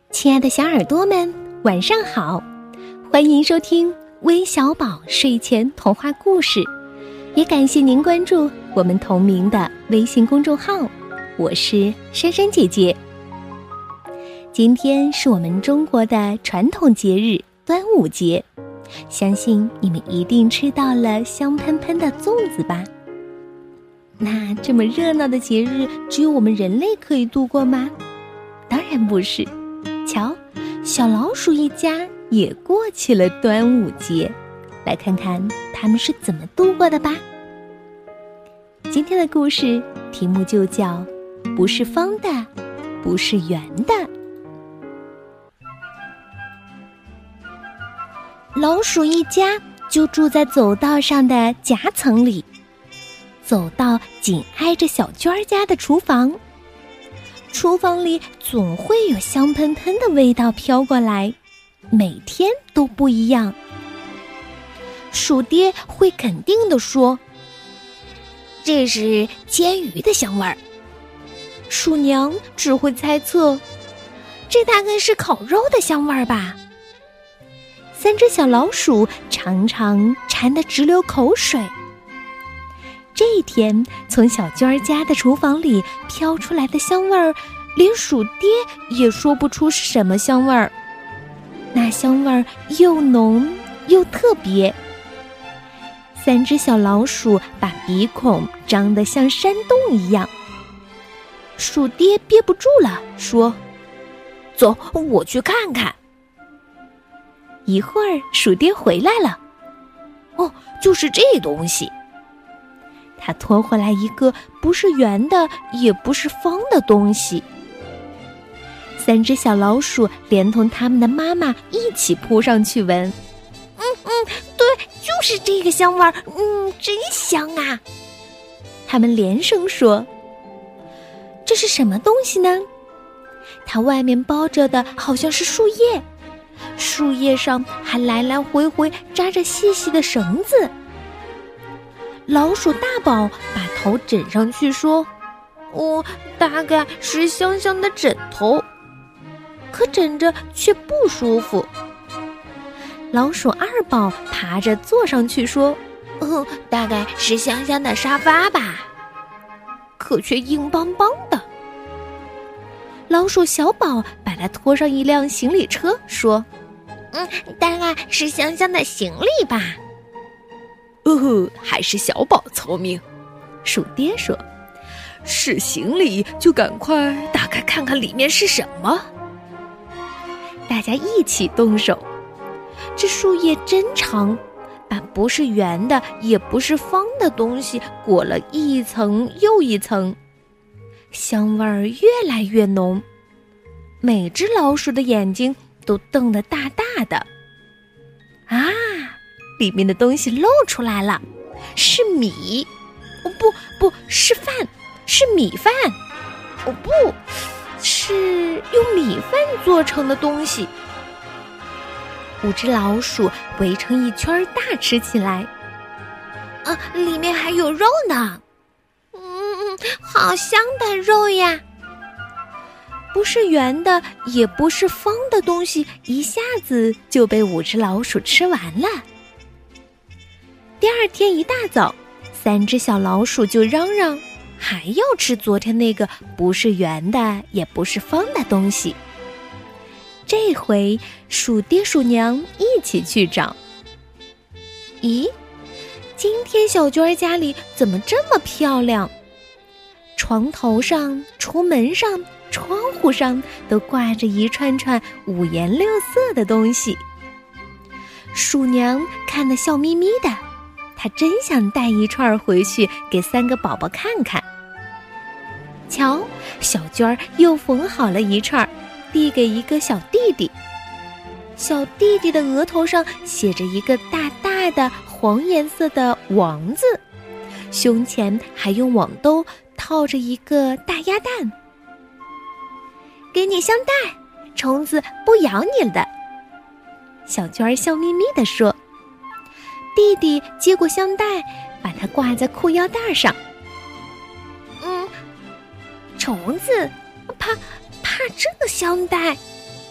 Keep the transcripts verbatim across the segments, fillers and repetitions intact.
亲爱的小耳朵们，晚上好，欢迎收听微小宝睡前童话故事，也感谢您关注我们同名的微信公众号，我是珊珊姐姐。今天是我们中国的传统节日端午节，相信你们一定吃到了香喷喷的粽子吧？那这么热闹的节日，只有我们人类可以度过吗？当然不是。瞧，小老鼠一家也过起了端午节，来看看他们是怎么度过的吧。今天的故事题目就叫不是方的，不是圆的。老鼠一家就住在走道上的夹层里，走道紧挨着小娟儿家的厨房，厨房里总会有香喷喷的味道飘过来，每天都不一样。鼠爹会肯定地说， 这是煎鱼的香味儿。 鼠娘只会猜测， 这大概是烤肉的香味儿吧。 三只小老鼠常常馋得直流口水。这一天，从小娟儿家的厨房里飘出来的香味儿，连鼠爹也说不出是什么香味儿。那香味儿又浓又特别。三只小老鼠把鼻孔张得像山洞一样。鼠爹憋不住了，说：“ 走，我去看看。” 一会儿，鼠爹回来了。 哦，就是这东西。 他拖回来一个不是圆的也不是方的东西。三只小老鼠连同他们的妈妈一起扑上去闻。 嗯嗯，对，就是这个香味儿，嗯，真香啊！ 他们连声说：“这是什么东西呢？”它外面包着的好像是树叶，树叶上还来来回回扎着细细的绳子。老鼠大宝把头枕上去说：“ 哦，大概是香香的枕头。” 可枕着却不舒服。老鼠二宝爬着坐上去说：“ 嗯，大概是香香的沙发吧。” 可却硬邦邦的。老鼠小宝把它拖上一辆行李车说：“ 嗯，大概是香香的行李吧。” 哦，还是小宝聪明。 鼠爹说：“ 是行李就赶快打开看看里面是什么。” 大家一起动手。这树叶真长，把不是圆的也不是方的东西裹了一层又一层，香味儿越来越浓。每只老鼠的眼睛都瞪得大大的。啊！里面的东西露出来了，是米。哦，不不是饭，是米饭。哦，不是用米饭做成的东西。五只老鼠围成一圈大吃起来。 啊，里面还有肉呢。嗯，好香的肉呀。 不是圆的也不是方的东西一下子就被五只老鼠吃完了。第二天一大早，三只小老鼠就嚷嚷，还要吃昨天那个不是圆的也不是方的东西。这回鼠爹鼠娘一起去找。咦，今天小娟家里怎么这么漂亮？床头上、橱门上、窗户上都挂着一串串五颜六色的东西。鼠娘看得笑眯眯的，她真想带一串回去给三个宝宝看看。瞧，小娟儿又缝好了一串，递给一个小弟弟。小弟弟的额头上写着一个大大的黄颜色的王字，胸前还用网兜套着一个大鸭蛋。给你香袋，虫子不咬你的。小娟儿笑眯眯地说。弟弟接过香袋，把它挂在裤腰带上。嗯，虫子怕怕这个香袋。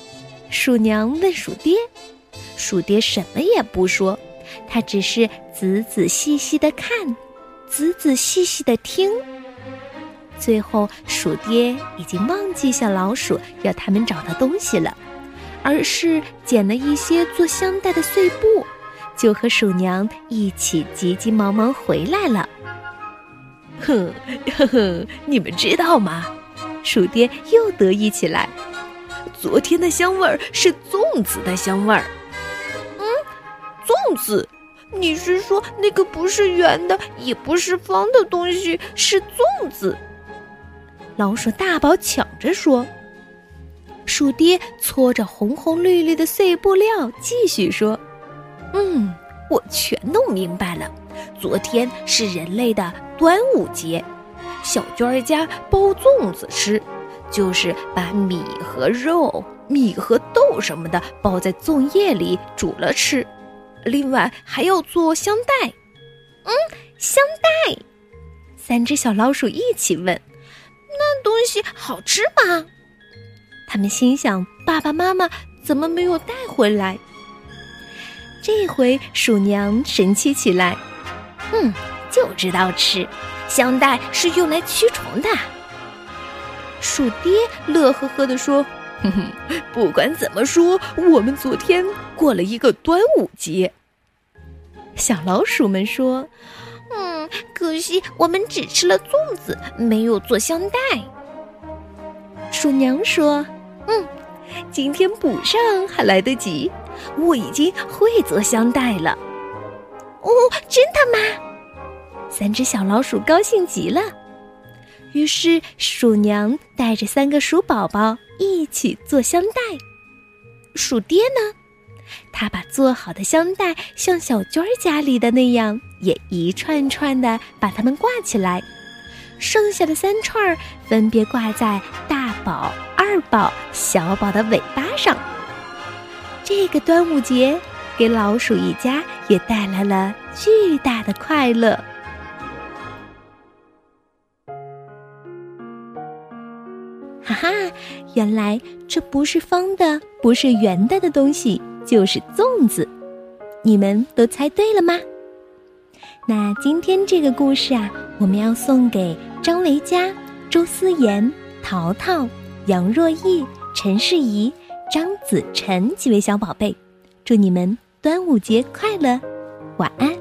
鼠娘问鼠爹，鼠爹什么也不说，他只是仔仔细细地看，仔仔细细地听。最后鼠爹已经忘记小老鼠要他们找的东西了，而是捡了一些做香袋的碎布，就和鼠娘一起急急忙忙回来了。 哼呵呵，你们知道吗？ 鼠爹又得意起来。 昨天的香味儿是粽子的香味儿。 嗯，粽子？你是说那个不是圆的，也不是方的东西是粽子？ 老鼠大宝抢着说。鼠爹搓着红红绿绿的碎布料，继续说： 嗯，我全弄明白了。昨天是人类的端午节，小娟儿家包粽子吃，就是把米和肉、米和豆什么的包在粽叶里煮了吃，另外还要做香袋。嗯，香袋。 三只小老鼠一起问： 那东西好吃吗？ 他们心想，爸爸妈妈怎么没有带回来？这回鼠娘神气起来， 嗯，就知道吃，香袋是用来驱虫的。 鼠爹乐呵呵地说： 哼哼，不管怎么说，我们昨天过了一个端午节。 小老鼠们说： 嗯，可惜我们只吃了粽子，没有做香袋。 鼠娘说： 嗯， 今天补上还来得及，我已经会做香袋了。 哦，真的吗？ 三只小老鼠高兴极了。于是鼠娘带着三个鼠宝宝一起做香袋。鼠爹呢？他把做好的香袋像小娟儿家里的那样，也一串串的把它们挂起来，剩下的三串分别挂在大宝、二宝、小宝的尾巴上。这个端午节给老鼠一家也带来了巨大的快乐。哈哈，原来这不是方的，不是圆的的东西，就是粽子。你们都猜对了吗？那今天这个故事啊，我们要送给张维佳、周思妍、淘淘、杨若意、陈世怡、张子晨几位小宝贝，祝你们端午节快乐，晚安。